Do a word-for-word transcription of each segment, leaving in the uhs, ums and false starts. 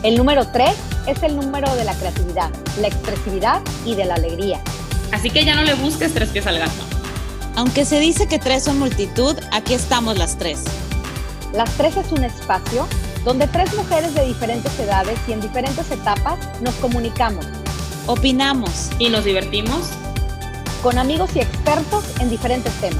El número tres es el número de la creatividad, la expresividad y de la alegría. Así que ya no le busques tres pies al gato. Aunque se dice que tres son multitud, aquí estamos las tres. Las tres es un espacio donde tres mujeres de diferentes edades y en diferentes etapas nos comunicamos, opinamos y nos divertimos con amigos y expertos en diferentes temas.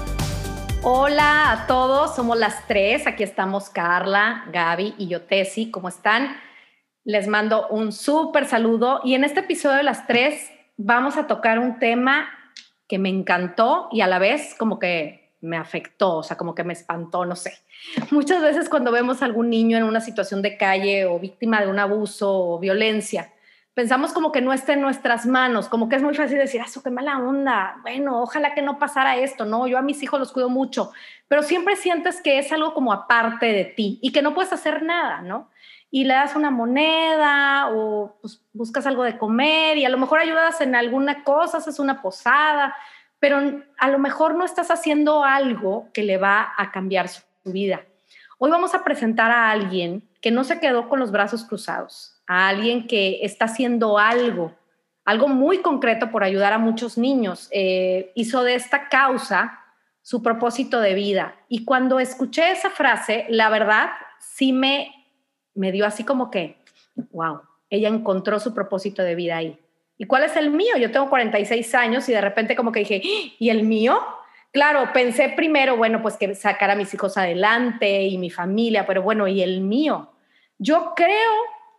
Hola a todos, somos las tres. Aquí estamos Carla, Gaby y yo, Tessy. ¿Cómo están? Les mando un súper saludo. Y en este episodio de las tres vamos a tocar un tema que me encantó y a la vez como que me afectó, o sea, como que me espantó, no sé. Muchas veces cuando vemos a algún niño en una situación de calle o víctima de un abuso o violencia, pensamos como que no está en nuestras manos, como que es muy fácil decir, ah, eso qué mala onda, bueno, ojalá que no pasara esto, no, yo a mis hijos los cuido mucho, pero siempre sientes que es algo como aparte de ti y que no puedes hacer nada, ¿no? Y le das una moneda o pues, buscas algo de comer y a lo mejor ayudas en alguna cosa, haces una posada, pero a lo mejor no estás haciendo algo que le va a cambiar su vida. Hoy vamos a presentar a alguien que no se quedó con los brazos cruzados, a alguien que está haciendo algo, algo muy concreto por ayudar a muchos niños. Eh, hizo de esta causa su propósito de vida. Y cuando escuché esa frase, la verdad, sí me, me dio así como que, wow, ella encontró su propósito de vida ahí. ¿Y cuál es el mío? Yo tengo cuarenta y seis años y de repente como que dije, ¿y el mío? Claro, pensé primero, bueno, pues que sacar a mis hijos adelante y mi familia, pero bueno, ¿y el mío? Yo creo,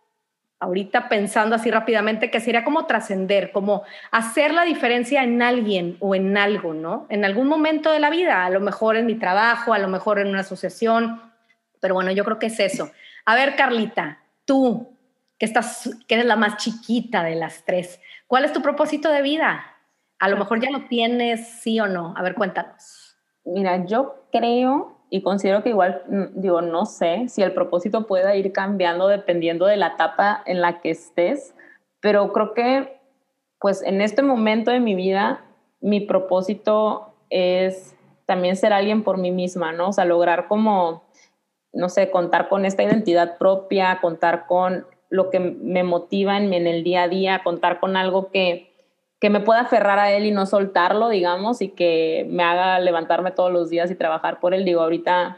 ahorita pensando así rápidamente, que sería como trascender, como hacer la diferencia en alguien o en algo, ¿no? En algún momento de la vida, a lo mejor en mi trabajo, a lo mejor en una asociación, pero bueno, yo creo que es eso. A ver, Carlita, tú, que, estás, que eres la más chiquita de las tres, ¿cuál es tu propósito de vida? A lo mejor ya lo tienes, sí o no. A ver, cuéntanos. Mira, yo creo y considero que igual, digo, no sé si el propósito pueda ir cambiando dependiendo de la etapa en la que estés, pero creo que pues en este momento de mi vida mi propósito es también ser alguien por mí misma, ¿no? O sea, lograr como, no sé, contar con esta identidad propia, contar con lo que me motiva en, en el día a día, contar con algo que que me pueda aferrar a él y no soltarlo, digamos, y que me haga levantarme todos los días y trabajar por él. Digo, ahorita,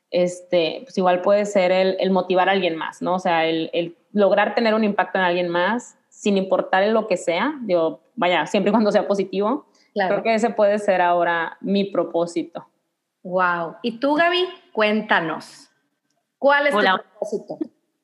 este, pues igual puede ser el, el motivar a alguien más, ¿no? O sea, el, el lograr tener un impacto en alguien más, sin importar en lo que sea, digo, vaya, siempre y cuando sea positivo. Claro. Creo que ese puede ser ahora mi propósito. Wow. ¿Y tú, Gaby? Cuéntanos. ¿Cuál es Hola. tu propósito?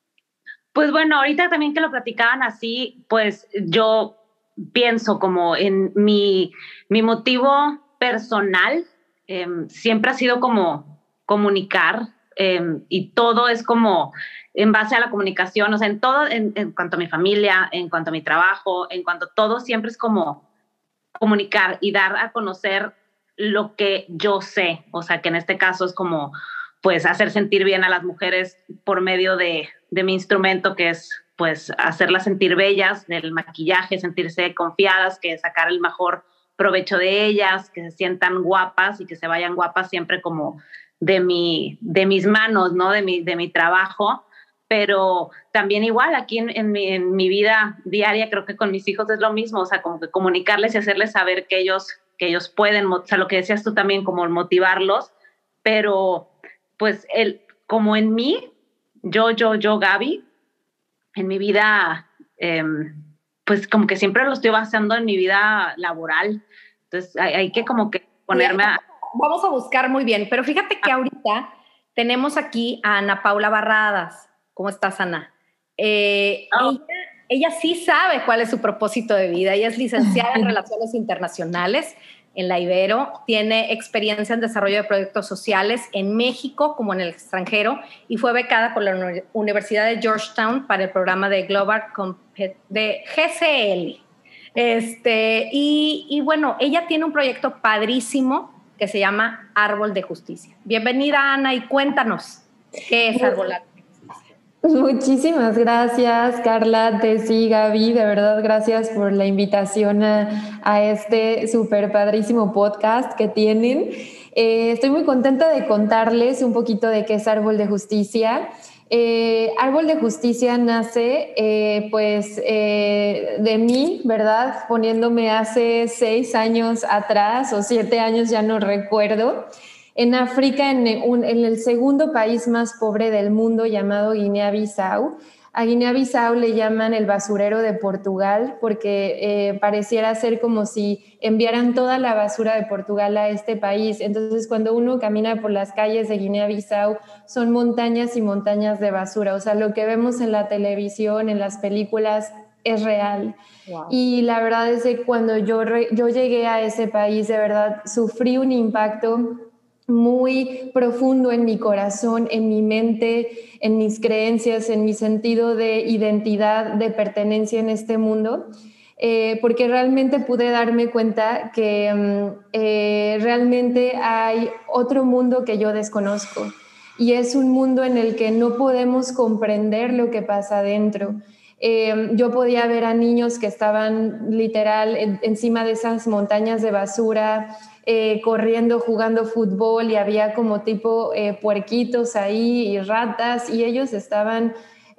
Pues bueno, ahorita también que lo platicaban así, pues yo pienso como en mi, mi motivo personal, eh, siempre ha sido como comunicar eh, y todo es como en base a la comunicación, o sea, en todo, en, en cuanto a mi familia, en cuanto a mi trabajo, en cuanto a todo, siempre es como comunicar y dar a conocer lo que yo sé, o sea, que en este caso es como pues hacer sentir bien a las mujeres por medio de, de mi instrumento, que es pues hacerlas sentir bellas, del maquillaje, sentirse confiadas, que sacar el mejor provecho de ellas, que se sientan guapas y que se vayan guapas siempre como de, mi, de mis manos, ¿no? De mi, de mi trabajo, pero también igual aquí en, en, mi, en mi vida diaria creo que con mis hijos es lo mismo, o sea, como que comunicarles y hacerles saber que ellos, que ellos pueden, o sea, lo que decías tú también, como motivarlos, pero pues el, como en mí, yo, yo, yo, Gaby, en mi vida, eh, pues como que siempre lo estoy basando en mi vida laboral. Entonces hay, hay que como que ponerme a... Vamos a buscar muy bien, pero fíjate que ahorita tenemos aquí a Ana Paula Barradas. ¿Cómo estás, Ana? Eh, oh. ella, ella sí sabe cuál es su propósito de vida. Ella es licenciada en Relaciones Internacionales en la Ibero, tiene experiencia en desarrollo de proyectos sociales en México como en el extranjero y fue becada por la Universidad de Georgetown para el programa de Global Compet de G C L. Este, y, y bueno, ella tiene un proyecto padrísimo que se llama Árbol de Justicia. Bienvenida, Ana, y cuéntanos, ¿qué es Árbol de Justicia? Muchísimas gracias, Carla, Tessy, Gaby, de verdad gracias por la invitación a, a este súper padrísimo podcast que tienen. Eh, estoy muy contenta de contarles un poquito de qué es Árbol de Justicia. Eh, Árbol de Justicia nace eh, pues eh, de mí, ¿verdad? Poniéndome hace seis años atrás o siete años, ya no recuerdo, en África, en, un, en el segundo país más pobre del mundo llamado Guinea-Bissau. A Guinea-Bissau le llaman el basurero de Portugal porque eh, pareciera ser como si enviaran toda la basura de Portugal a este país. Entonces, cuando uno camina por las calles de Guinea-Bissau, son montañas y montañas de basura. O sea, lo que vemos en la televisión, en las películas, es real. Wow. Y la verdad es que cuando yo, re, yo llegué a ese país, de verdad, sufrí un impacto muy profundo en mi corazón, en mi mente, en mis creencias, en mi sentido de identidad, de pertenencia en este mundo, eh, porque realmente pude darme cuenta que um, eh, realmente hay otro mundo que yo desconozco y es un mundo en el que no podemos comprender lo que pasa adentro. Eh, yo podía ver a niños que estaban literal en, encima de esas montañas de basura, Eh, corriendo, jugando fútbol y había como tipo eh, puerquitos ahí y ratas y ellos estaban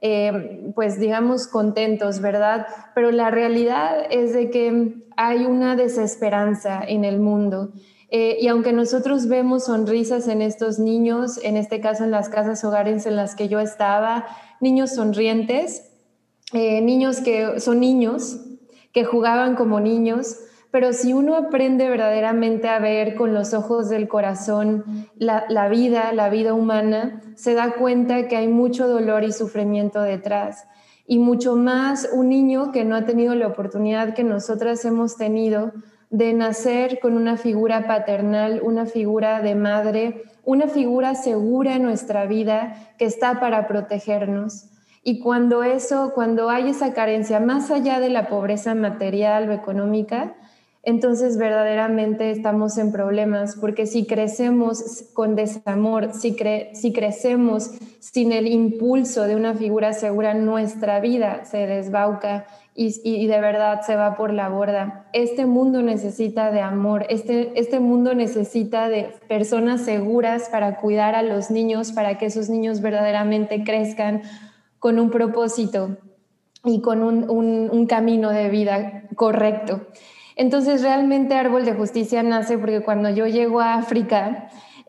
eh, pues digamos contentos, ¿verdad? Pero la realidad es de que hay una desesperanza en el mundo eh, y aunque nosotros vemos sonrisas en estos niños, en este caso en las casas hogares en las que yo estaba, niños sonrientes, eh, niños que son niños, que jugaban como niños. Pero si uno aprende verdaderamente a ver con los ojos del corazón la, la vida, la vida humana, se da cuenta que hay mucho dolor y sufrimiento detrás. Y mucho más un niño que no ha tenido la oportunidad que nosotras hemos tenido de nacer con una figura paternal, una figura de madre, una figura segura en nuestra vida que está para protegernos. Y cuando eso, cuando hay esa carencia, más allá de la pobreza material o económica, entonces verdaderamente estamos en problemas, porque si crecemos con desamor, si, cre si crecemos sin el impulso de una figura segura, nuestra vida se desbauca y, y de verdad se va por la borda. Este mundo necesita de amor, este, este mundo necesita de personas seguras para cuidar a los niños, para que esos niños verdaderamente crezcan con un propósito y con un, un, un camino de vida correcto. Entonces realmente Árbol de Justicia nace porque cuando yo llego a África,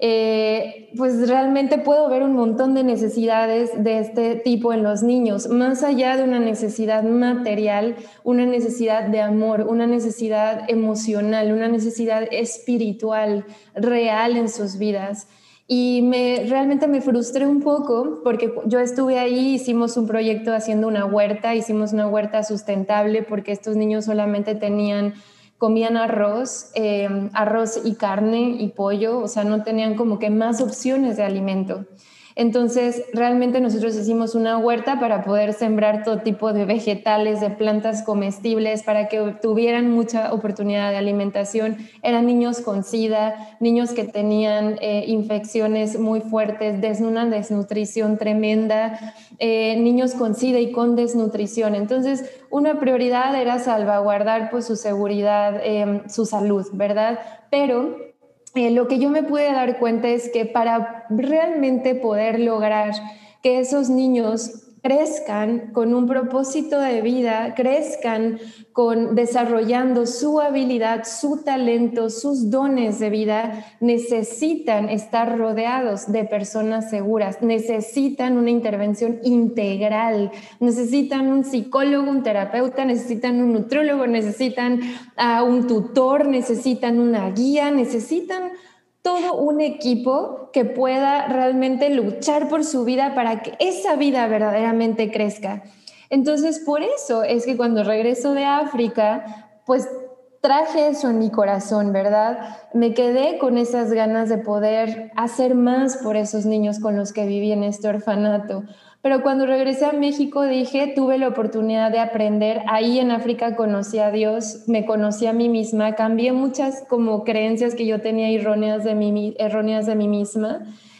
eh, pues realmente puedo ver un montón de necesidades de este tipo en los niños, más allá de una necesidad material, una necesidad de amor, una necesidad emocional, una necesidad espiritual real en sus vidas. Y me, realmente me frustré un poco porque yo estuve ahí, hicimos un proyecto haciendo una huerta, hicimos una huerta sustentable porque estos niños solamente tenían... comían arroz, eh, arroz y carne y pollo, o sea, no tenían como que más opciones de alimento. Entonces, realmente nosotros hicimos una huerta para poder sembrar todo tipo de vegetales, de plantas comestibles, para que tuvieran mucha oportunidad de alimentación. Eran niños con SIDA, niños que tenían eh, infecciones muy fuertes, des una desnutrición tremenda, eh, niños con SIDA y con desnutrición. Entonces, una prioridad era salvaguardar pues, su seguridad, eh, su salud, ¿verdad? Pero... Eh, lo que yo me pude dar cuenta es que para realmente poder lograr que esos niños crezcan con un propósito de vida, crezcan con, desarrollando su habilidad, su talento, sus dones de vida, necesitan estar rodeados de personas seguras, necesitan una intervención integral, necesitan un psicólogo, un terapeuta, necesitan un nutrólogo, necesitan uh, un tutor, necesitan una guía, necesitan todo un equipo que pueda realmente luchar por su vida para que esa vida verdaderamente crezca. Entonces, por eso es que cuando regreso de África, pues traje eso en mi corazón, ¿verdad? Me quedé con esas ganas de poder hacer más por esos niños con los que viví en este orfanato. Pero cuando regresé a México dije, tuve la oportunidad de aprender, ahí en África conocí a Dios, me conocí a mí misma, cambié muchas como creencias que yo tenía erróneas de mí, erróneas de mí misma,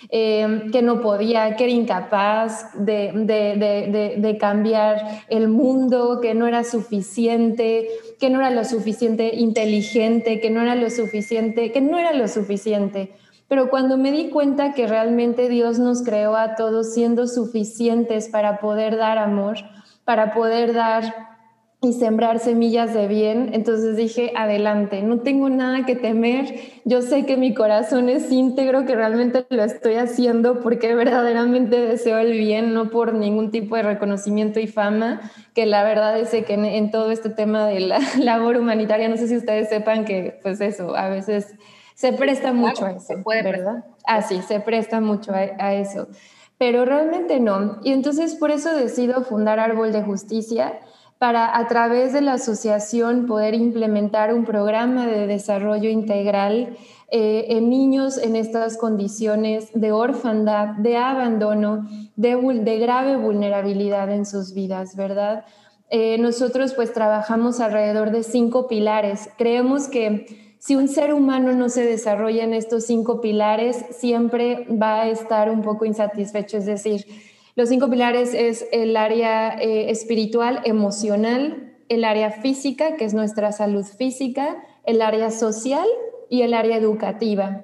eh, que no podía, que era incapaz de, de, de, de, de cambiar el mundo, que no era suficiente, que no era lo suficiente inteligente, que no era lo suficiente, que no era lo suficiente. Pero cuando me di cuenta que realmente Dios nos creó a todos siendo suficientes para poder dar amor, para poder dar y sembrar semillas de bien, entonces dije, adelante, no tengo nada que temer, yo sé que mi corazón es íntegro, que realmente lo estoy haciendo porque verdaderamente deseo el bien, no por ningún tipo de reconocimiento y fama, que la verdad es que en, en todo este tema de la labor humanitaria, no sé si ustedes sepan que pues eso, a veces se presta sí, mucho claro, a eso, se puede ¿verdad? Ah, sí, se presta mucho a, a eso, pero realmente no, y entonces por eso decido fundar Árbol de Justicia, para a través de la asociación poder implementar un programa de desarrollo integral eh, en niños en estas condiciones de orfandad, de abandono, de, de grave vulnerabilidad en sus vidas, ¿verdad? Eh, nosotros pues trabajamos alrededor de cinco pilares. Creemos que si un ser humano no se desarrolla en estos cinco pilares, siempre va a estar un poco insatisfecho, es decir, los cinco pilares es el área eh, espiritual, emocional, el área física, que es nuestra salud física, el área social y el área educativa.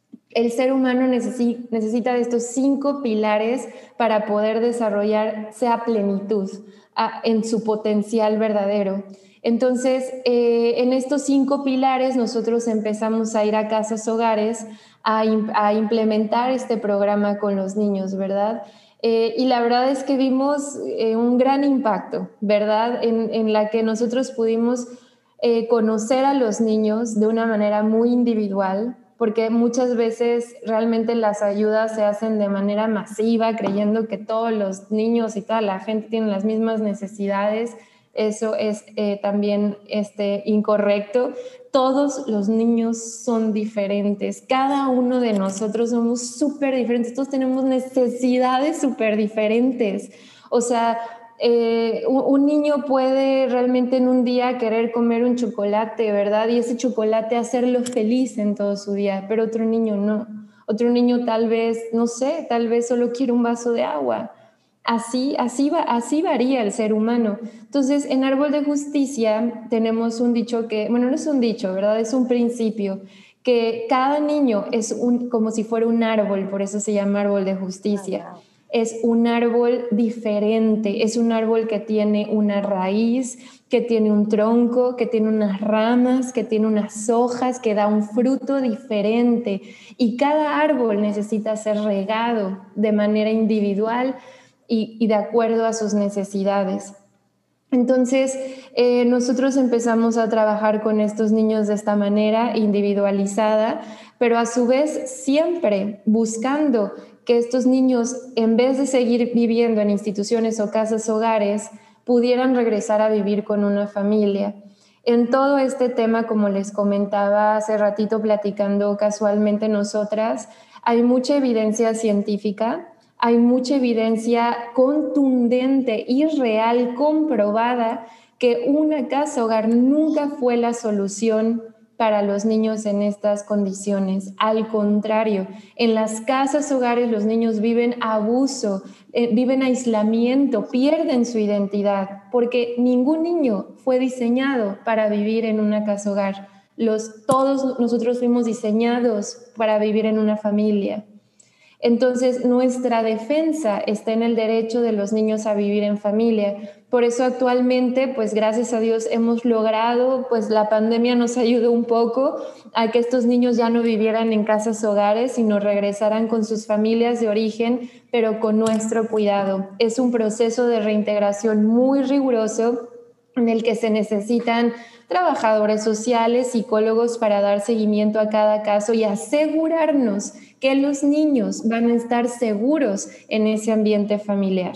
El ser humano necesi- necesita de estos cinco pilares para poder desarrollarse a plenitud, a, en su potencial verdadero. Entonces, eh, en estos cinco pilares nosotros empezamos a ir a casas hogares a, a implementar este programa con los niños, ¿verdad? Eh, y la verdad es que vimos eh, un gran impacto, ¿verdad? En, en la que nosotros pudimos eh, conocer a los niños de una manera muy individual, porque muchas veces realmente las ayudas se hacen de manera masiva, creyendo que todos los niños y toda la gente tienen las mismas necesidades. Eso es eh, también este, incorrecto. Todos los niños son diferentes. Cada uno de nosotros somos súper diferentes. Todos tenemos necesidades súper diferentes. O sea, eh, un, un niño puede realmente en un día querer comer un chocolate, ¿verdad? Y ese chocolate hacerlo feliz en todo su día, pero otro niño no. Otro niño tal vez, no sé, tal vez solo quiere un vaso de agua. Así, así, va, así varía el ser humano. Entonces, en Árbol de Justicia tenemos un dicho que, bueno, no es un dicho, ¿verdad? Es un principio, que cada niño es un, como si fuera un árbol, por eso se llama Árbol de Justicia. Es un árbol diferente, es un árbol que tiene una raíz, que tiene un tronco, que tiene unas ramas, que tiene unas hojas, que da un fruto diferente. Y cada árbol necesita ser regado de manera individual y, y de acuerdo a sus necesidades. Entonces, eh, nosotros empezamos a trabajar con estos niños de esta manera individualizada, pero a su vez siempre buscando que estos niños, en vez de seguir viviendo en instituciones o casas hogares, pudieran regresar a vivir con una familia. En todo este tema, como les comentaba hace ratito platicando casualmente nosotras, hay mucha evidencia científica, hay mucha evidencia contundente y real, comprobada, que una casa hogar nunca fue la solución para los niños en estas condiciones. Al contrario, en las casas hogares los niños viven abuso, eh, viven aislamiento, pierden su identidad, porque ningún niño fue diseñado para vivir en una casa hogar. Los, todos nosotros fuimos diseñados para vivir en una familia. Entonces, nuestra defensa está en el derecho de los niños a vivir en familia. Por eso actualmente, pues gracias a Dios hemos logrado, pues la pandemia nos ayudó un poco a que estos niños ya no vivieran en casas hogares, sino regresaran con sus familias de origen, pero con nuestro cuidado. Es un proceso de reintegración muy riguroso en el que se necesitan trabajadores sociales, psicólogos para dar seguimiento a cada caso y asegurarnos que los niños van a estar seguros en ese ambiente familiar.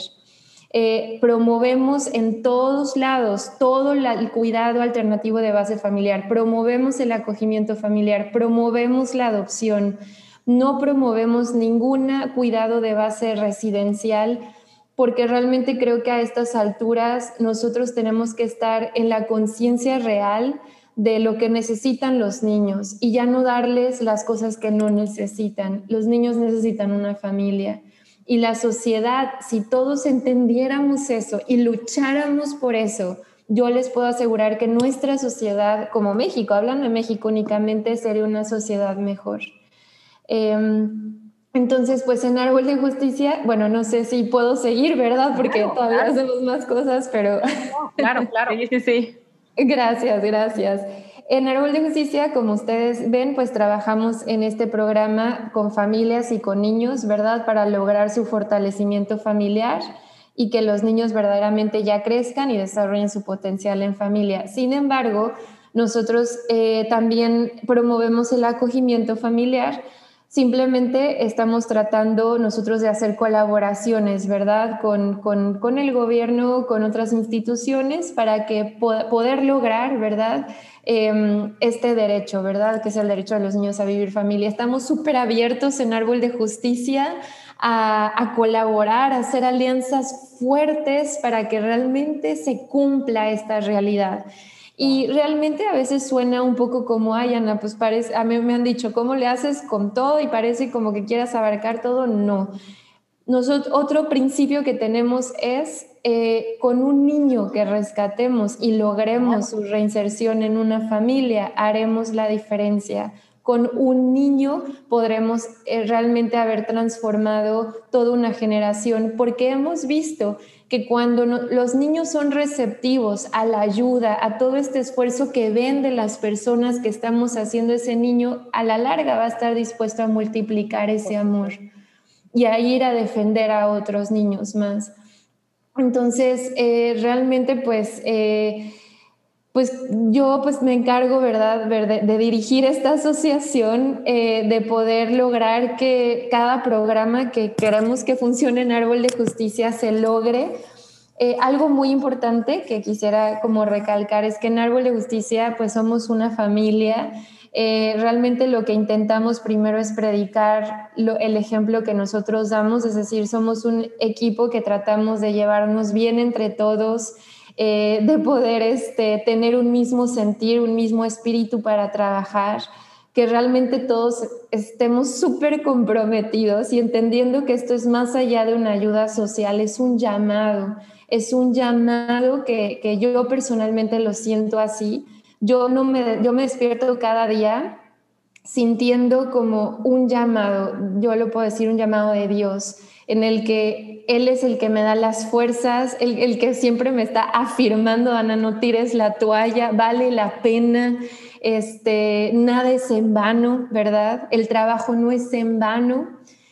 Eh, promovemos en todos lados todo la, el cuidado alternativo de base familiar, promovemos el acogimiento familiar, promovemos la adopción, no promovemos ningún cuidado de base residencial, porque realmente creo que a estas alturas nosotros tenemos que estar en la conciencia real de lo que necesitan los niños y ya no darles las cosas que no necesitan. Los niños necesitan una familia y la sociedad, si todos entendiéramos eso y lucháramos por eso, yo les puedo asegurar que nuestra sociedad, como México, hablando de México únicamente, sería una sociedad mejor. Eh, entonces, pues en Árbol de Justicia, bueno, no sé si puedo seguir, ¿verdad? Porque claro, todavía claro. hacemos más cosas, pero... Claro, claro. Sí, sí, sí. Gracias, gracias. En Árbol de Justicia, como ustedes ven, pues trabajamos en este programa con familias y con niños, ¿verdad? Para lograr su fortalecimiento familiar y que los niños verdaderamente ya crezcan y desarrollen su potencial en familia. Sin embargo, nosotros eh, también promovemos el acogimiento familiar. Simplemente estamos tratando nosotros de hacer colaboraciones, ¿verdad? Con, con, con el gobierno, con otras instituciones para que po- poder lograr, ¿verdad? Eh, este derecho, ¿verdad? Que es el derecho de los niños a vivir familia. Estamos súper abiertos en Árbol de Justicia a, a colaborar, a hacer alianzas fuertes para que realmente se cumpla esta realidad. Y realmente a veces suena un poco como, ay, Ana, pues parece, a mí me han dicho, ¿cómo le haces con todo? Y parece como que quieras abarcar todo. No. Nosotros, otro principio que tenemos es eh, con un niño que rescatemos y logremos su reinserción en una familia, haremos la diferencia. Con un niño podremos eh, realmente haber transformado toda una generación, porque hemos visto que cuando no, los niños son receptivos a la ayuda, a todo este esfuerzo que ven de las personas que estamos haciendo, ese niño a la larga va a estar dispuesto a multiplicar ese amor y a ir a defender a otros niños más. Entonces, eh, realmente, pues, eh, pues yo pues me encargo, ¿verdad?, de, de dirigir esta asociación, eh, de poder lograr que cada programa que queremos que funcione en Árbol de Justicia se logre. Eh, algo muy importante que quisiera como recalcar es que en Árbol de Justicia pues somos una familia. Eh, realmente lo que intentamos primero es predicar lo, el ejemplo que nosotros damos, es decir, somos un equipo que tratamos de llevarnos bien entre todos, eh, de poder este, tener un mismo sentir, un mismo espíritu para trabajar, que realmente todos estemos súper comprometidos y entendiendo que esto es más allá de una ayuda social, es un llamado, es un llamado que, que yo personalmente lo siento así. Yo, no me, yo me despierto cada día sintiendo como un llamado, yo lo puedo decir, un llamado de Dios, en el que Él es el que me da las fuerzas, el, el que siempre me está afirmando, Ana, no tires la toalla, vale la pena, este, nada es en vano, ¿verdad? El trabajo no es en vano.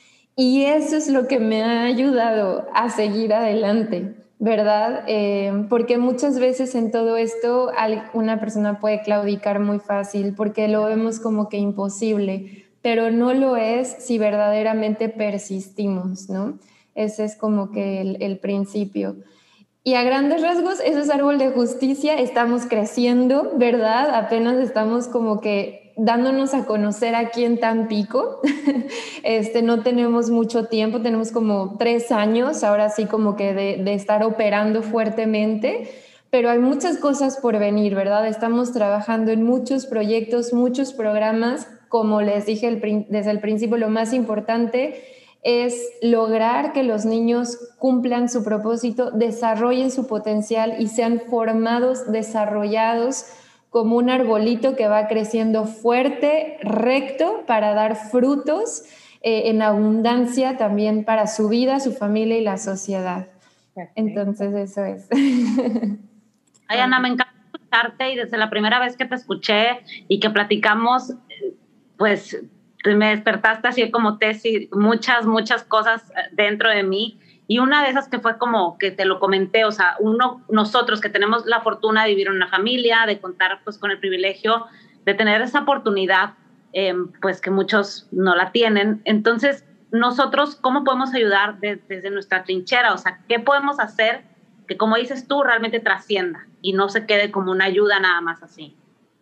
Y eso es lo que me ha ayudado a seguir adelante, ¿verdad? Eh, porque muchas veces en todo esto una persona puede claudicar muy fácil porque lo vemos como que imposible, pero no lo es si verdaderamente persistimos, ¿no? Ese es como que el, el principio. Y a grandes rasgos, eso es Árbol de Justicia, estamos creciendo, ¿verdad? Apenas estamos como que dándonos a conocer aquí en Tampico. Este, no tenemos mucho tiempo, tenemos como tres años, ahora sí como que de, de estar operando fuertemente, pero hay muchas cosas por venir, ¿verdad? Estamos trabajando en muchos proyectos, muchos programas, como les dije el, desde el principio, lo más importante es lograr que los niños cumplan su propósito, desarrollen su potencial y sean formados, desarrollados como un arbolito que va creciendo fuerte, recto, para dar frutos eh, en abundancia también para su vida, su familia y la sociedad. Entonces eso es. Ay, Ana, me encanta escucharte y desde la primera vez que te escuché y que platicamos, pues me despertaste así como tesis, muchas, muchas cosas dentro de mí. Y una de esas que fue como que te lo comenté, o sea, uno, nosotros que tenemos la fortuna de vivir en una familia, de contar pues con el privilegio de tener esa oportunidad, eh, pues que muchos no la tienen. Entonces, nosotros, ¿cómo podemos ayudar de, desde nuestra trinchera? O sea, ¿qué podemos hacer que, como dices tú, realmente trascienda y no se quede como una ayuda nada más así?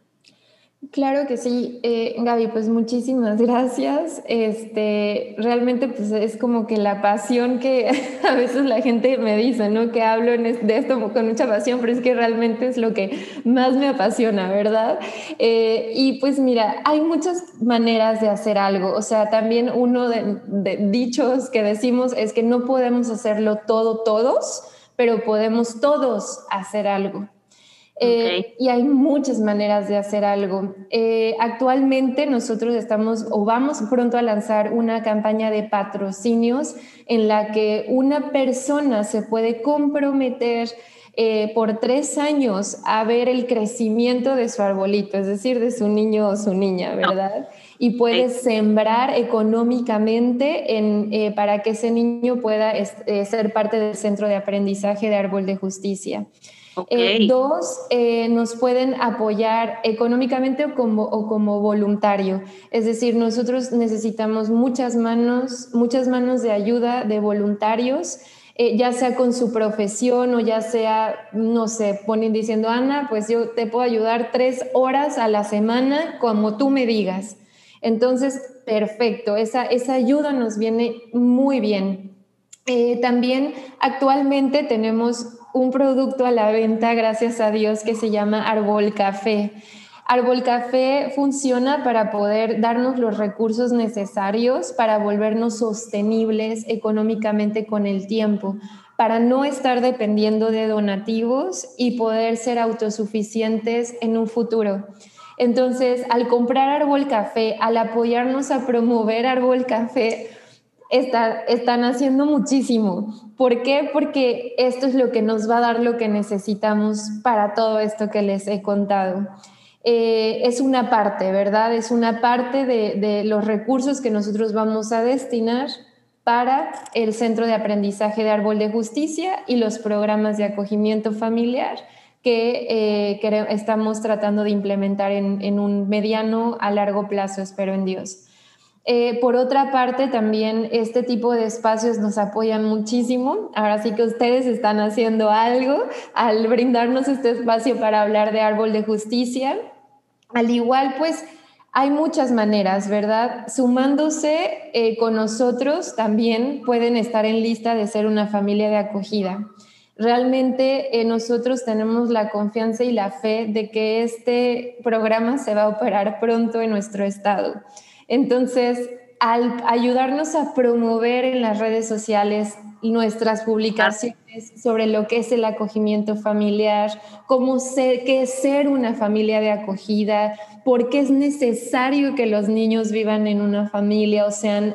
Claro que sí, eh, Gaby, pues muchísimas gracias. Este, realmente pues es como que la pasión que a veces la gente me dice, ¿no? Que hablo en es, de esto con mucha pasión, pero es que realmente es lo que más me apasiona, ¿verdad? Eh, y pues mira, hay muchas maneras de hacer algo. O sea, también uno de, de dichos que decimos es que no podemos hacerlo todo todos, pero podemos todos hacer algo. Eh, Ok. y hay muchas maneras de hacer algo. Eh, actualmente nosotros estamos o vamos pronto a lanzar una campaña de patrocinios en la que una persona se puede comprometer eh, por tres años a ver el crecimiento de su arbolito, es decir, de su niño o su niña, ¿verdad? Y puede sembrar económicamente en, eh, para que ese niño pueda eh, ser parte del centro de aprendizaje de Árbol de Justicia. Ok. Eh, dos, eh, nos pueden apoyar económicamente o como, o como voluntario. Es decir, nosotros necesitamos muchas manos, muchas manos de ayuda de voluntarios, eh, ya sea con su profesión o ya sea, no sé, ponen diciendo, Ana, pues yo te puedo ayudar tres horas a la semana como tú me digas. Entonces, perfecto, esa, esa ayuda nos viene muy bien. Eh, también actualmente tenemos un producto a la venta, gracias a Dios, que se llama Árbol Café. Árbol Café funciona para poder darnos los recursos necesarios para volvernos sostenibles económicamente con el tiempo, para no estar dependiendo de donativos y poder ser autosuficientes en un futuro. Entonces, al comprar Árbol Café, al apoyarnos a promover Árbol Café, Está, están haciendo muchísimo. ¿Por qué? Porque esto es lo que nos va a dar lo que necesitamos para todo esto que les he contado. Eh, es una parte, ¿verdad? Es una parte de, de los recursos que nosotros vamos a destinar para el Centro de Aprendizaje de Árbol de Justicia y los programas de acogimiento familiar que, eh, que estamos tratando de implementar en, en un mediano a largo plazo, espero en Dios. Eh, por otra parte, también este tipo de espacios nos apoyan muchísimo. Ahora sí que ustedes están haciendo algo al brindarnos este espacio para hablar de Árbol de Justicia. Al igual, pues, hay muchas maneras, ¿verdad? Sumándose eh, con nosotros también pueden estar en lista de ser una familia de acogida. Realmente eh, nosotros tenemos la confianza y la fe de que este programa se va a operar pronto en nuestro estado. Entonces, al ayudarnos a promover en las redes sociales nuestras publicaciones sobre lo que es el acogimiento familiar, cómo ser, qué es ser una familia de acogida, por qué es necesario que los niños vivan en una familia o sean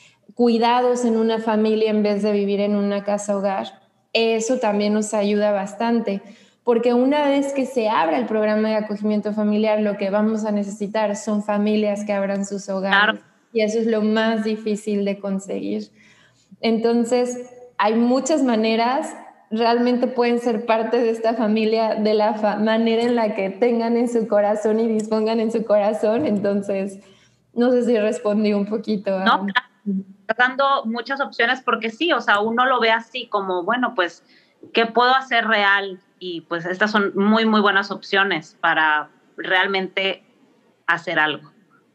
cuidados en una familia en vez de vivir en una casa hogar, eso también nos ayuda bastante. Porque una vez que se abra el programa de acogimiento familiar, lo que vamos a necesitar son familias que abran sus hogares. Claro. Y eso es lo más difícil de conseguir. Entonces, hay muchas maneras. Realmente pueden ser parte de esta familia de la fa- manera en la que tengan en su corazón y dispongan en su corazón. Entonces, no sé si respondí un poquito. A... No, claro. Estás dando muchas opciones porque sí, o sea, uno lo ve así como, bueno, pues, ¿qué puedo hacer real? Y pues estas son muy, muy buenas opciones para realmente hacer algo.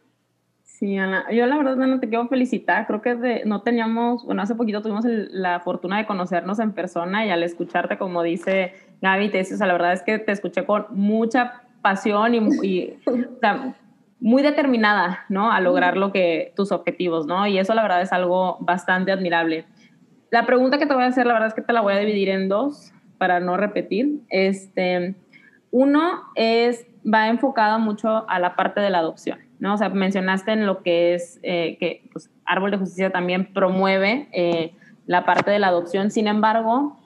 Sí, Ana, yo la verdad no te quiero felicitar, creo que de, no teníamos, bueno, hace poquito tuvimos el, la fortuna de conocernos en persona y al escucharte, como dice Gaby, te dice, o sea, la verdad es que te escuché con mucha pasión y, y o sea, muy determinada, ¿no? A lograr lo que, tus objetivos, ¿no? Y eso la verdad es algo bastante admirable. La pregunta que te voy a hacer, la verdad es que te la voy a dividir en dos, para no repetir. Este, uno es, va enfocado mucho a la parte de la adopción, ¿no? O sea, mencionaste en lo que es, eh, que pues, Árbol de Justicia también promueve eh, la parte de la adopción. Sin embargo,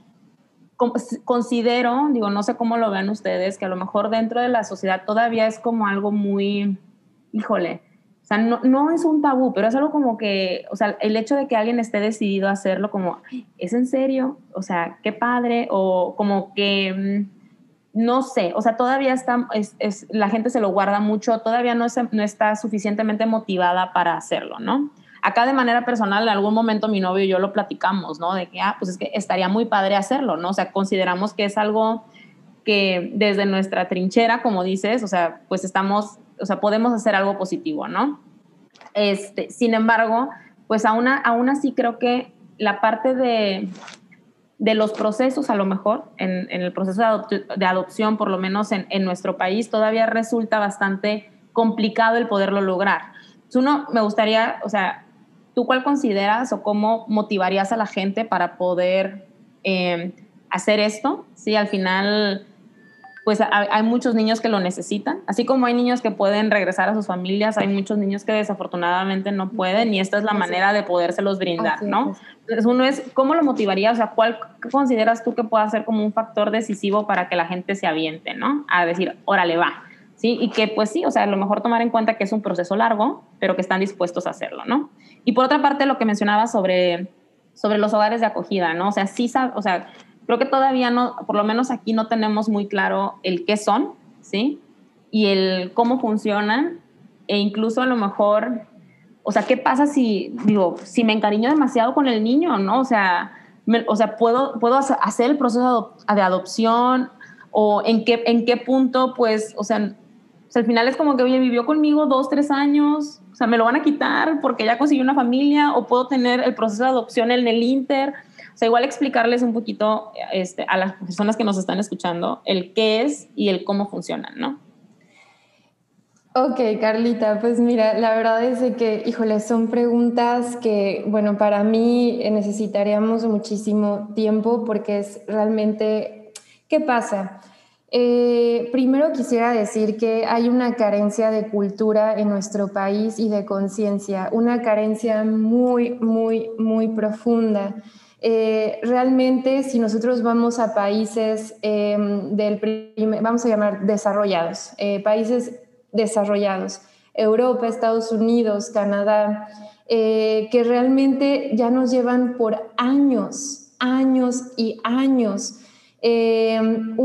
considero, digo, no sé cómo lo vean ustedes, que a lo mejor dentro de la sociedad todavía es como algo muy, híjole, o sea, no, no es un tabú, pero es algo como que, o sea, el hecho de que alguien esté decidido a hacerlo como, ¿es en serio? O sea, qué padre, o como que, no sé, o sea, todavía está, es, es, la gente se lo guarda mucho, todavía no, es, no está suficientemente motivada para hacerlo, ¿no? Acá de manera personal, en algún momento mi novio y yo lo platicamos, ¿no? De que, ah, pues es que estaría muy padre hacerlo, ¿no? O sea, consideramos que es algo que desde nuestra trinchera, como dices, o sea, pues estamos, o sea, podemos hacer algo positivo, ¿no? Este, sin embargo, pues aún, aún así creo que la parte de, de los procesos, a lo mejor, en, en el proceso de, adop- de adopción, por lo menos en, en nuestro país, todavía resulta bastante complicado el poderlo lograr. Entonces, uno, me gustaría, o sea, ¿tú cuál consideras o cómo motivarías a la gente para poder eh, hacer esto? Sí, al final, pues hay, hay muchos niños que lo necesitan, así como hay niños que pueden regresar a sus familias, hay muchos niños que desafortunadamente no pueden y esta es la manera de podérselos brindar, ¿no? Entonces uno es, ¿cómo lo motivaría? O sea, ¿cuál consideras tú que pueda ser como un factor decisivo para que la gente se aviente, ¿no? A decir, órale, va, ¿sí? Y que pues sí, o sea, a lo mejor tomar en cuenta que es un proceso largo, pero que están dispuestos a hacerlo, ¿no? Y por otra parte, lo que mencionaba sobre, sobre los hogares de acogida, ¿no? O sea, sí, o sea, creo que todavía no, por lo menos aquí no tenemos muy claro el qué son, ¿sí? Y el cómo funcionan e incluso a lo mejor, o sea, ¿qué pasa si, digo, si me encariño demasiado con el niño, ¿no? O sea, me, o sea ¿puedo, puedo hacer el proceso de adopción o en qué, en qué punto, pues, o sea, o sea, al final es como que, oye, vivió conmigo dos, tres años, o sea, me lo van a quitar porque ya consiguió una familia o puedo tener el proceso de adopción en el Inter. O sea, igual explicarles un poquito este, a las personas que nos están escuchando el qué es y el cómo funcionan, ¿no? Ok, Carlita, pues mira, la verdad es de que, híjole, son preguntas que, bueno, para mí necesitaríamos muchísimo tiempo porque es realmente, ¿qué pasa? Eh, primero quisiera decir que hay una carencia de cultura en nuestro país y de conciencia, una carencia muy, muy, muy profunda. Eh, realmente, si nosotros vamos a países eh, del primer, vamos a llamar desarrollados, eh, países desarrollados, Europa, Estados Unidos, Canadá, eh, que realmente ya nos llevan por años, años y años eh,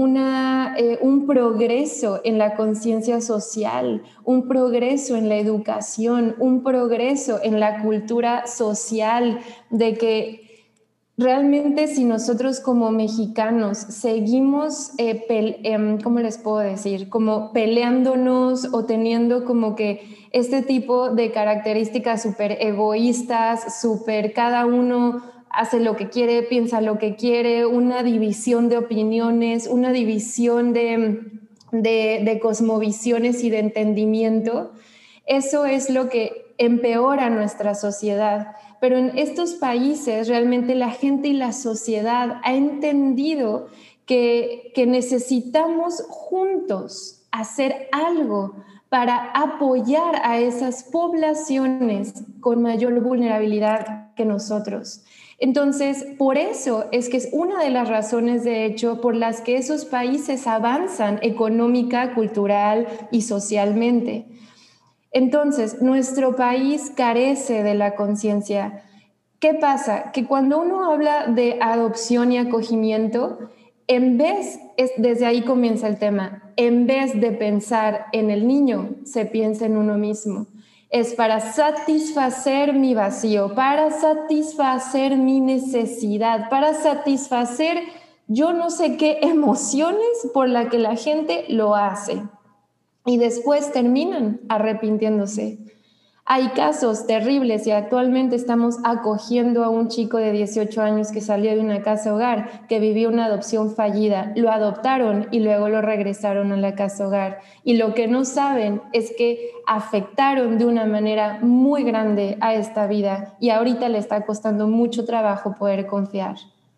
una, eh, un progreso en la conciencia social, un progreso en la educación, un progreso en la cultura social, de que realmente si nosotros como mexicanos seguimos, eh, pel- eh, ¿cómo les puedo decir? Como peleándonos o teniendo como que este tipo de características súper egoístas, súper cada uno hace lo que quiere, piensa lo que quiere, una división de opiniones, una división de, de, de cosmovisiones y de entendimiento, eso es lo que empeora nuestra sociedad. Pero en estos países realmente la gente y la sociedad ha entendido que, que necesitamos juntos hacer algo para apoyar a esas poblaciones con mayor vulnerabilidad que nosotros. Entonces, por eso es que es una de las razones, de hecho, por las que esos países avanzan económica, cultural y socialmente. Entonces, nuestro país carece de la conciencia. ¿Qué pasa? Que cuando uno habla de adopción y acogimiento, en vez, es, desde ahí comienza el tema, en vez de pensar en el niño, se piensa en uno mismo. Es para satisfacer mi vacío, para satisfacer mi necesidad, para satisfacer yo no sé qué emociones por las que la gente lo hace. Y después terminan arrepintiéndose. Hay casos terribles y actualmente estamos acogiendo a un chico de dieciocho años que salió de una casa hogar, que vivió una adopción fallida. Lo adoptaron y luego lo regresaron a la casa hogar. Y lo que no saben es que afectaron de una manera muy grande a esta vida y ahorita le está costando mucho trabajo poder confiar.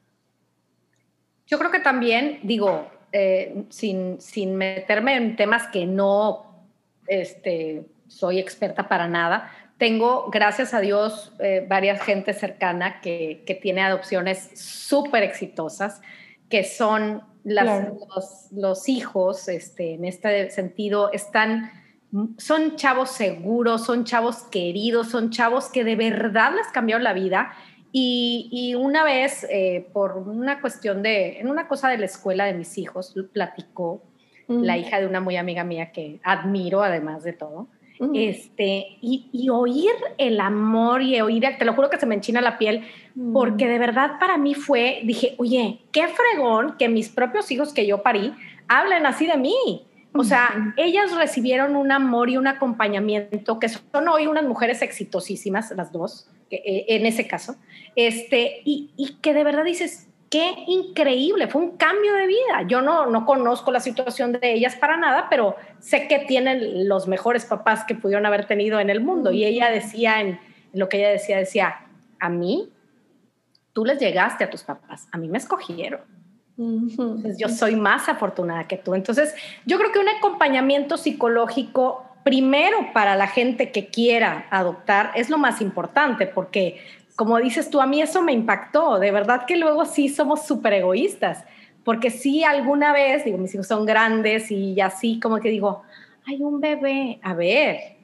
Yo creo que también, digo, eh, sin, sin meterme en temas que no este, soy experta para nada, tengo, gracias a Dios, eh, varias gente cercana que, que tiene adopciones súper exitosas, que son las, claro. los, los hijos, este, en este sentido, están, son chavos seguros, son chavos queridos, son chavos que de verdad les cambiaron la vida. Y, y una vez, eh, por una cuestión de, en una cosa de la escuela de mis hijos, platicó mm. la hija de una muy amiga mía que admiro, además de todo, mm. este, y, y oír el amor y oír, te lo juro que se me enchina la piel, mm. porque de verdad para mí fue, dije, oye, qué fregón que mis propios hijos que yo parí hablen así de mí. O sea, ellas recibieron un amor y un acompañamiento, que son hoy unas mujeres exitosísimas, las dos, que, eh, en ese caso, este, y, y que de verdad dices, qué increíble, fue un cambio de vida. Yo no, no conozco la situación de ellas para nada, pero sé que tienen los mejores papás que pudieron haber tenido en el mundo. Y ella decía, en, en lo que ella decía, decía, a mí, tú les llegaste a tus papás, a mí me escogieron. Entonces, yo soy más afortunada que tú. Entonces, yo creo que un acompañamiento psicológico, primero para la gente que quiera adoptar, es lo más importante, porque, como dices tú, a mí eso me impactó. De verdad que luego sí somos súper egoístas, porque sí alguna vez, digo, mis hijos son grandes y así como que digo, hay un bebé, a ver,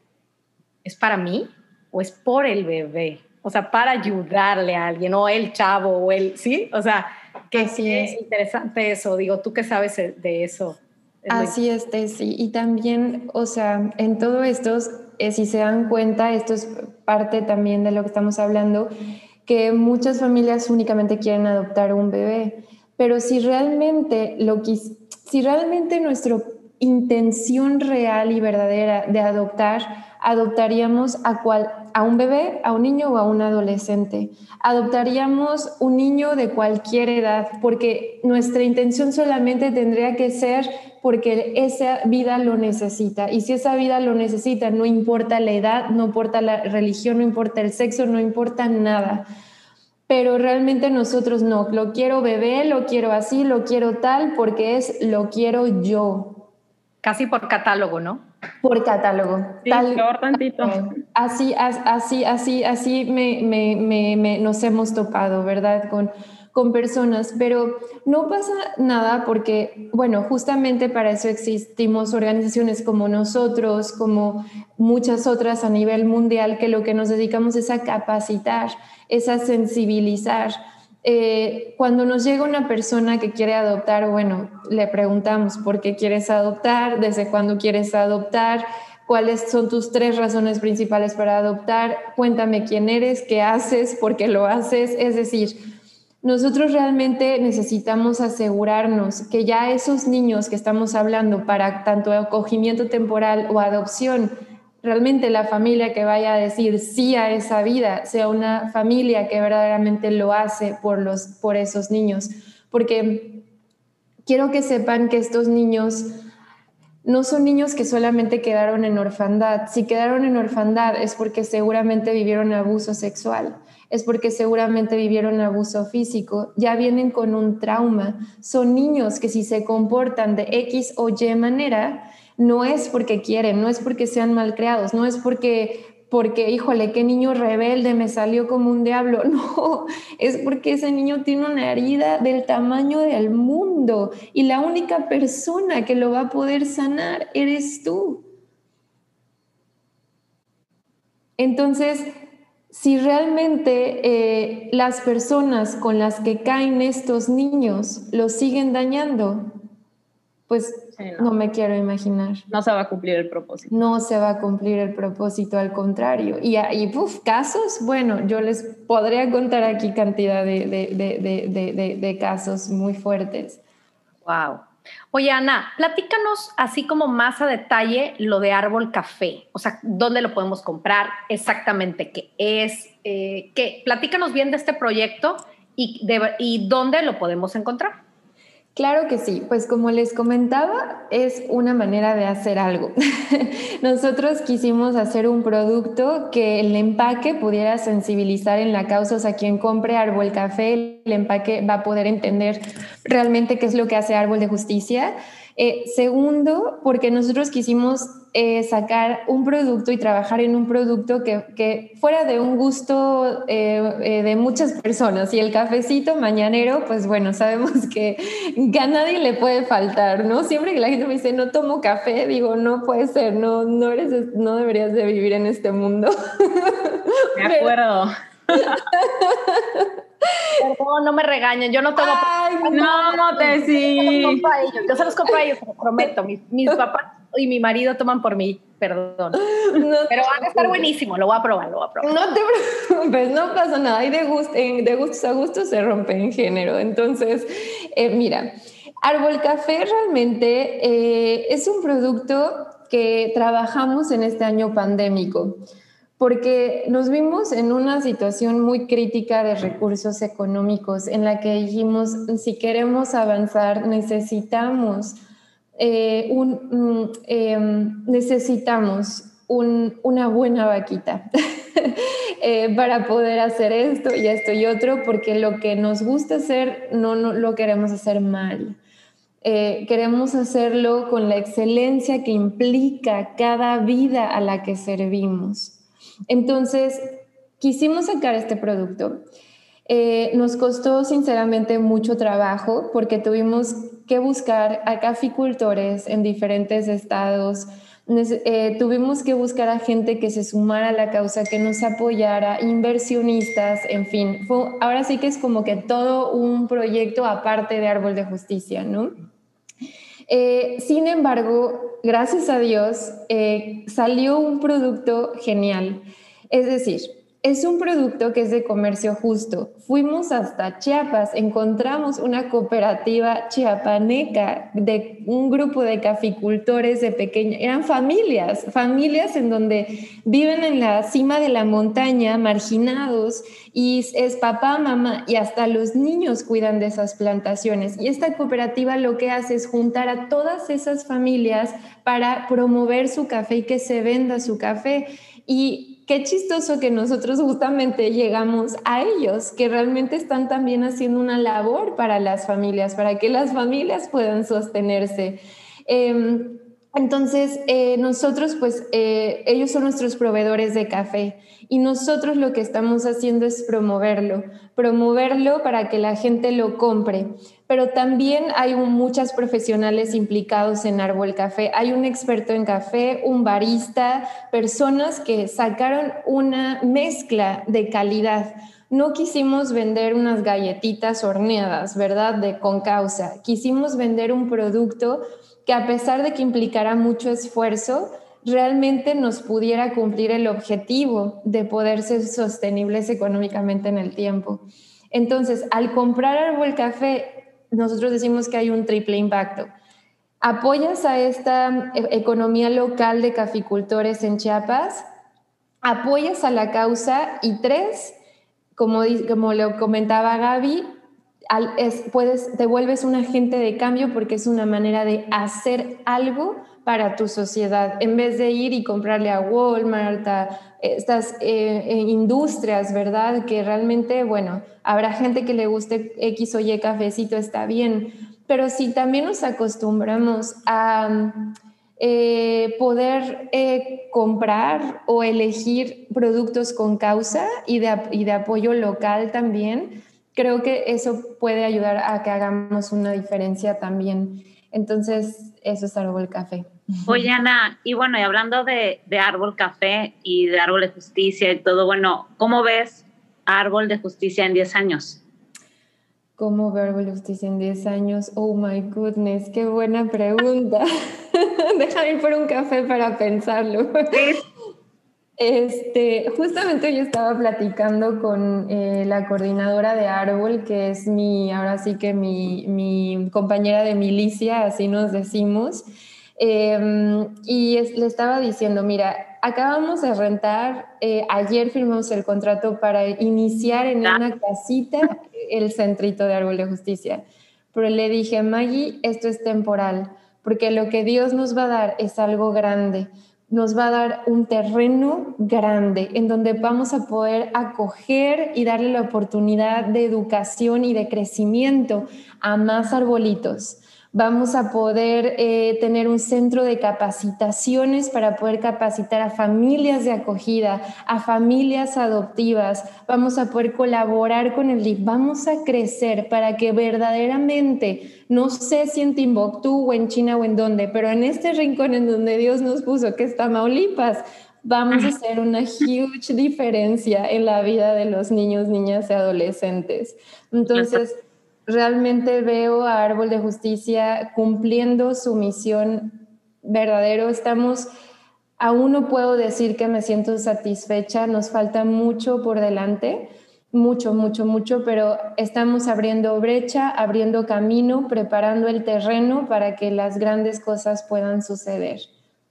¿es para mí o es por el bebé? O sea, para ayudarle a alguien, o el chavo, o el, ¿sí? O sea, que sí es interesante eso. Digo, ¿tú qué sabes de eso? Es Así es, Tessy. Y también, o sea, en todo esto, eh, si se dan cuenta, esto es parte también de lo que estamos hablando, que muchas familias únicamente quieren adoptar un bebé. Pero si realmente, lo que, si realmente nuestra intención real y verdadera de adoptar, adoptaríamos a, cual, a un bebé, a un niño o a un adolescente. Adoptaríamos un niño de cualquier edad, porque nuestra intención solamente tendría que ser porque esa vida lo necesita. Y si esa vida lo necesita, no importa la edad, no importa la religión, no importa el sexo, no importa nada. Pero realmente nosotros no, lo quiero bebé, lo quiero así, lo quiero tal, porque es lo quiero yo. Casi por catálogo, ¿no? Por catálogo. Sí, tal, peor tantito. Así, así, así, así me, me, me, me, nos hemos topado, ¿verdad? Con, con personas, pero no pasa nada porque, bueno, justamente para eso existimos organizaciones como nosotros, como muchas otras a nivel mundial, que lo que nos dedicamos es a capacitar, es a sensibilizar. Eh, cuando nos llega una persona que quiere adoptar, bueno, le preguntamos por qué quieres adoptar, desde cuándo quieres adoptar, cuáles son tus tres razones principales para adoptar, cuéntame quién eres, qué haces, por qué lo haces. Es decir, nosotros realmente necesitamos asegurarnos que ya esos niños que estamos hablando para tanto acogimiento temporal o adopción, realmente la familia que vaya a decir sí a esa vida sea una familia que verdaderamente lo hace por, los, por esos niños. Porque quiero que sepan que estos niños no son niños que solamente quedaron en orfandad. Si quedaron en orfandad es porque seguramente vivieron abuso sexual, es porque seguramente vivieron abuso físico, ya vienen con un trauma. Son niños que si se comportan de X o Y manera, no es porque quieren, no es porque sean malcriados, no es porque, porque, híjole, qué niño rebelde, me salió como un diablo. No, es porque ese niño tiene una herida del tamaño del mundo y la única persona que lo va a poder sanar eres tú. Entonces, si realmente eh, las personas con las que caen estos niños los siguen dañando, pues sí, no. no me quiero imaginar. No se va a cumplir el propósito. No se va a cumplir el propósito, al contrario. Y, y uf, casos, bueno, yo les podría contar aquí cantidad de, de, de, de, de, de casos muy fuertes. Wow. Oye, Ana, platícanos así como más a detalle lo de Árbol Café. O sea, ¿dónde lo podemos comprar? Exactamente qué es. Eh, ¿qué? Platícanos bien de este proyecto y, de, y dónde lo podemos encontrar. Claro que sí, pues como les comentaba, es una manera de hacer algo. Nosotros quisimos hacer un producto que el empaque pudiera sensibilizar en la causa, o sea, quien compre Árbol Café, el empaque va a poder entender realmente qué es lo que hace Árbol de Justicia. Eh, segundo, porque nosotros quisimos eh, sacar un producto y trabajar en un producto que, que fuera de un gusto eh, eh, de muchas personas. Y el cafecito mañanero, pues bueno, sabemos que, que a nadie le puede faltar, ¿no? Siempre que la gente me dice, no tomo café, digo, no puede ser, no, no, eres, no deberías de vivir en este mundo. De acuerdo. Perdón, no me regañen, yo no tomo. Ay, no, no te sí. Yo se los compro a ellos, te lo prometo. Mis, mis papás y mi marido toman por mí, perdón. No, pero van a estar buenísimo, lo voy a probar, lo voy a probar. No te preocupes, no pasa nada. Y de, gust de gustos a gustos se rompe en género. Entonces, eh, mira, Árbol Café realmente eh, es un producto que trabajamos en este año pandémico, porque nos vimos en una situación muy crítica de recursos económicos en la que dijimos, si queremos avanzar, necesitamos, eh, un, eh, necesitamos un, una buena vaquita eh, para poder hacer esto y esto y otro, porque lo que nos gusta hacer no, no lo queremos hacer mal. Eh, queremos hacerlo con la excelencia que implica cada vida a la que servimos. Entonces, quisimos sacar este producto. Eh, nos costó sinceramente mucho trabajo porque tuvimos que buscar a caficultores en diferentes estados. Eh, tuvimos que buscar a gente que se sumara a la causa, que nos apoyara, inversionistas, en fin. Fue, ahora sí que es como que todo un proyecto aparte de Árbol de Justicia, ¿no? Eh, sin embargo, gracias a Dios, eh, salió un producto genial. Es decir, es un producto que es de comercio justo. Fuimos hasta Chiapas, encontramos una cooperativa chiapaneca de un grupo de caficultores de pequeños, eran familias, familias en donde viven en la cima de la montaña, marginados, y es papá, mamá y hasta los niños cuidan de esas plantaciones. Y esta cooperativa lo que hace es juntar a todas esas familias para promover su café y que se venda su café. Y qué chistoso que nosotros justamente llegamos a ellos, que realmente están también haciendo una labor para las familias, para que las familias puedan sostenerse. Eh, entonces, eh, nosotros, pues, eh, ellos son nuestros proveedores de café y nosotros lo que estamos haciendo es promoverlo, promoverlo para que la gente lo compre. Pero también hay un, muchas profesionales implicados en Árbol Café. Hay un experto en café, un barista, personas que sacaron una mezcla de calidad. No quisimos vender unas galletitas horneadas, ¿verdad?, de con causa. Quisimos vender un producto que, a pesar de que implicara mucho esfuerzo, realmente nos pudiera cumplir el objetivo de poder ser sostenibles económicamente en el tiempo. Entonces, al comprar Árbol Café, nosotros decimos que hay un triple impacto. Apoyas a esta economía local de caficultores en Chiapas, apoyas a la causa y tres, como, como lo comentaba Gaby, al, es, puedes, te vuelves un agente de cambio porque es una manera de hacer algo para tu sociedad, en vez de ir y comprarle a Walmart, a estas eh, industrias, ¿verdad? Que realmente, bueno, habrá gente que le guste X o Y cafecito, está bien, pero si también nos acostumbramos a eh, poder eh, comprar o elegir productos con causa y de, y de apoyo local también, creo que eso puede ayudar a que hagamos una diferencia también. Entonces, eso es Árbol Café. Oye, Ana, y bueno, y hablando de, de Árbol Café y de Árbol de Justicia y todo, bueno, ¿cómo ves Árbol de Justicia en diez años? ¿Cómo veo Árbol de Justicia en diez años? Oh my goodness, qué buena pregunta. Déjame ir por un café para pensarlo. Sí. Este, justamente yo estaba platicando con eh, la coordinadora de Árbol, que es mi, ahora sí que mi, mi compañera de milicia, así nos decimos, eh, y es, le estaba diciendo, mira, acabamos de rentar, eh, ayer firmamos el contrato para iniciar en una casita el centrito de Árbol de Justicia, pero le dije, Maggie, esto es temporal, porque lo que Dios nos va a dar es algo grande. Nos va a dar un terreno grande en donde vamos a poder acoger y darle la oportunidad de educación y de crecimiento a más arbolitos. Vamos a poder eh, tener un centro de capacitaciones para poder capacitar a familias de acogida, a familias adoptivas. Vamos a poder colaborar con el D I F. Vamos a crecer para que verdaderamente, no sé si en Timbuktu o en China o en dónde, pero en este rincón en donde Dios nos puso, que es Tamaulipas, vamos a hacer una huge diferencia en la vida de los niños, niñas y adolescentes. Entonces, realmente veo a Árbol de Justicia cumpliendo su misión verdadero. Estamos, aún no puedo decir que me siento satisfecha, nos falta mucho por delante, mucho, mucho, mucho, pero estamos abriendo brecha, abriendo camino, preparando el terreno para que las grandes cosas puedan suceder.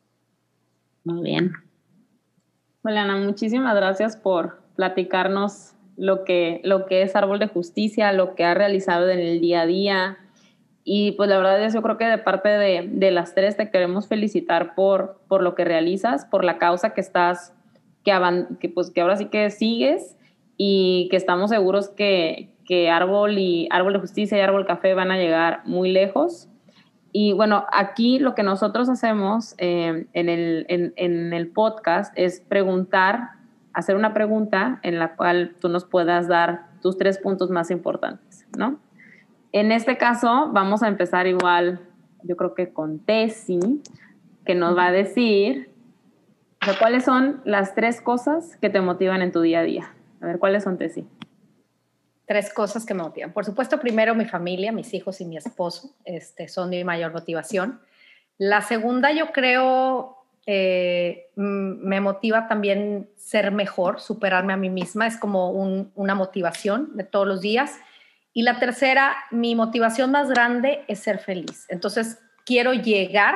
Muy bien. Hola, Ana, muchísimas gracias por platicarnos lo que, lo que es Árbol de Justicia, lo que ha realizado en el día a día. Y pues la verdad es, yo creo que de parte de, de las tres te queremos felicitar por, por lo que realizas, por la causa que estás, que, avan, que, pues, que ahora sí que sigues, y que estamos seguros que, que Árbol y Árbol de Justicia y Árbol Café van a llegar muy lejos. Y bueno, aquí lo que nosotros hacemos eh, en, el, en, en el podcast es preguntar, hacer una pregunta en la cual tú nos puedas dar tus tres puntos más importantes, ¿no? En este caso vamos a empezar igual, yo creo que con Tessy, que nos va a decir, o sea, ¿cuáles son las tres cosas que te motivan en tu día a día? A ver, ¿cuáles son, Tessy? Tres cosas que me motivan. Por supuesto, primero mi familia, mis hijos y mi esposo, este, son mi mayor motivación. La segunda, yo creo, eh, me motiva también ser mejor, superarme a mí misma. Es como un, una motivación de todos los días. Y la tercera, mi motivación más grande es ser feliz. Entonces, quiero llegar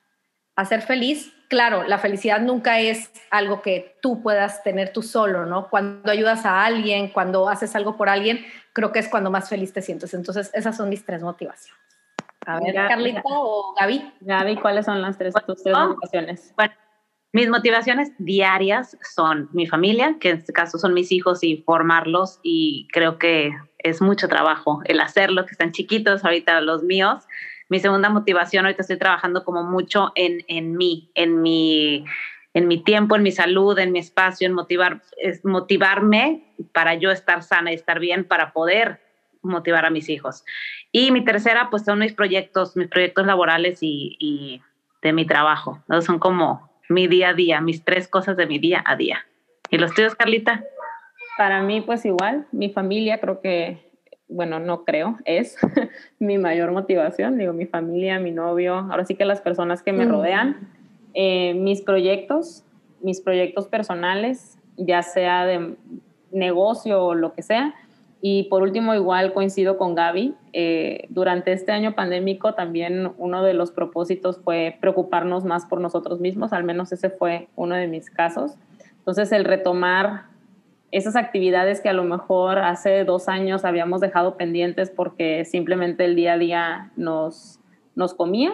a ser feliz. Claro, la felicidad nunca es algo que tú puedas tener tú solo, ¿no? Cuando ayudas a alguien, cuando haces algo por alguien, creo que es cuando más feliz te sientes. Entonces, esas son mis tres motivaciones. A ver, Gaby, Carlita o Gaby. Gaby, ¿cuáles son las tres, tus tres Oh, motivaciones? Bueno, mis motivaciones diarias son mi familia, que en este caso son mis hijos, y formarlos, y creo que es mucho trabajo el hacerlo, que están chiquitos ahorita los míos. Mi segunda motivación, ahorita estoy trabajando como mucho en, en mí, en mi, en mi tiempo, en mi salud, en mi espacio, en motivar, es motivarme para yo estar sana y estar bien, para poder motivar a mis hijos. Y mi tercera, pues son mis proyectos, mis proyectos laborales y, y de mi trabajo, ¿no? Son como mi día a día, mis tres cosas de mi día a día. ¿Y los tuyos, Carlita? Para mí, pues igual, mi familia creo que, bueno, no creo, es mi mayor motivación. Digo, mi familia, mi novio, ahora sí que las personas que me mm. rodean, eh, mis proyectos, mis proyectos personales, ya sea de negocio o lo que sea. Y por último, igual coincido con Gaby, eh, durante este año pandémico también uno de los propósitos fue preocuparnos más por nosotros mismos, al menos ese fue uno de mis casos. Entonces, el retomar esas actividades que a lo mejor hace dos años habíamos dejado pendientes porque simplemente el día a día nos, nos comía,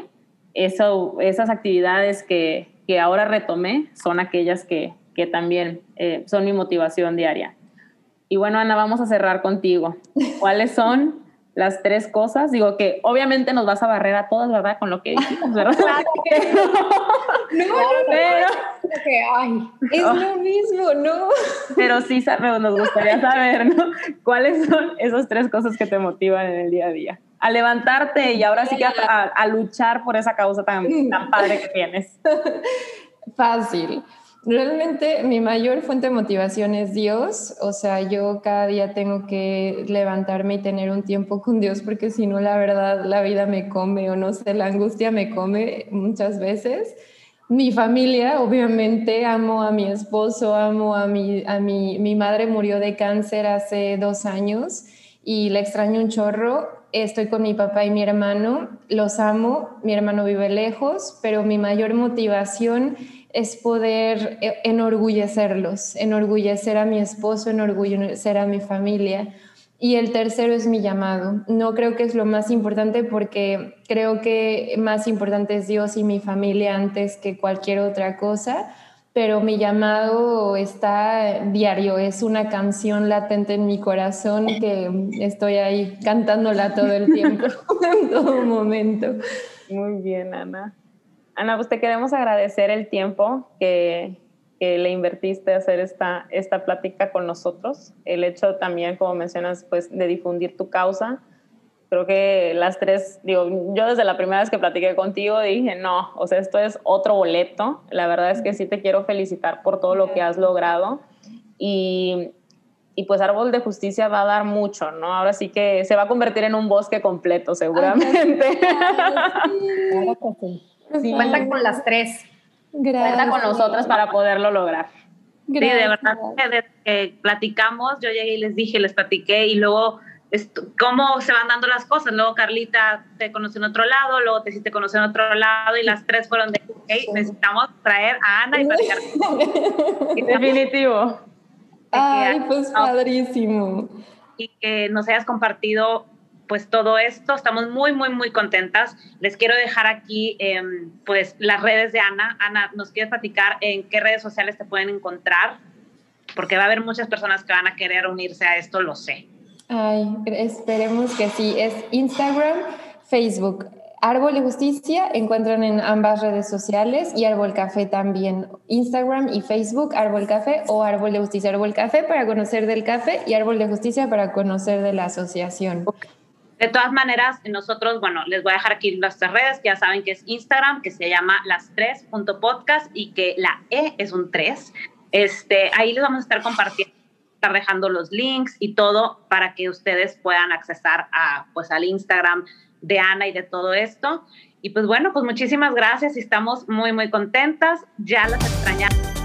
eso, esas actividades que, que ahora retomé son aquellas que, que también eh, son mi motivación diaria. Y bueno, Ana, vamos a cerrar contigo. ¿Cuáles son las tres cosas? Digo que obviamente nos vas a barrer a todas, ¿verdad? Con lo que dijimos, ¿verdad? Claro que no. No, no, pero, no, que, ay, es oh, lo mismo, ¿no? Pero sí sabemos, nos gustaría saber, ¿no? ¿Cuáles son esas tres cosas que te motivan en el día a día? A levantarte y ahora sí que a, a, a luchar por esa causa tan, tan padre que tienes. Fácil. Realmente mi mayor fuente de motivación es Dios, o sea, yo cada día tengo que levantarme y tener un tiempo con Dios porque si no, la verdad, la vida me come o no sé, la angustia me come muchas veces. Mi familia, obviamente, amo a mi esposo, amo a mi, a mi, mi madre murió de cáncer hace dos años y la extraño un chorro. Estoy con mi papá y mi hermano, los amo, mi hermano vive lejos, pero mi mayor motivación es poder enorgullecerlos, enorgullecer a mi esposo, enorgullecer a mi familia. Y el tercero es mi llamado. No creo que es lo más importante porque creo que más importante es Dios y mi familia antes que cualquier otra cosa, pero mi llamado está diario, es una canción latente en mi corazón que estoy ahí cantándola todo el tiempo, en todo momento. Muy bien, Ana. Ana, pues te queremos agradecer el tiempo que, que le invertiste a hacer esta, esta plática con nosotros. El hecho también, como mencionas, pues, de difundir tu causa. Creo que las tres, digo, yo desde la primera vez que platiqué contigo dije, no, o sea, esto es otro boleto. La verdad es que sí te quiero felicitar por todo lo que has logrado. Y, y pues Árbol de Justicia va a dar mucho, ¿no? Ahora sí que se va a convertir en un bosque completo, seguramente. Claro que sí. Sí, cuenta con las tres. Gracias. Cuenta con nosotras para poderlo lograr. Gracias. Sí, de verdad, desde que platicamos, yo llegué y les dije, les platiqué, y luego esto, cómo se van dando las cosas. Luego Carlita te conoció en otro lado, luego te te conoció en otro lado, y las tres fueron de, hey, necesitamos traer a Ana y platicar. Definitivo. Ay, pues padrísimo. Y que nos hayas compartido pues todo esto. Estamos muy, muy, muy contentas. Les quiero dejar aquí eh, pues las redes de Ana. Ana, ¿nos quieres platicar en qué redes sociales te pueden encontrar? Porque va a haber muchas personas que van a querer unirse a esto, lo sé. Ay, esperemos que sí. Es Instagram, Facebook. Árbol de Justicia encuentran en ambas redes sociales y Árbol Café también. Instagram y Facebook, Árbol Café o Árbol de Justicia. Árbol Café para conocer del café y Árbol de Justicia para conocer de la asociación. De todas maneras, nosotros, bueno, les voy a dejar aquí nuestras redes, que ya saben que es Instagram, que se llama las tres punto podcast y que la E es un tres. Este, ahí les vamos a estar compartiendo, estar dejando los links y todo para que ustedes puedan accesar a, pues, al Instagram de Ana y de todo esto. Y pues bueno, pues muchísimas gracias y estamos muy, muy contentas. Ya las extrañamos.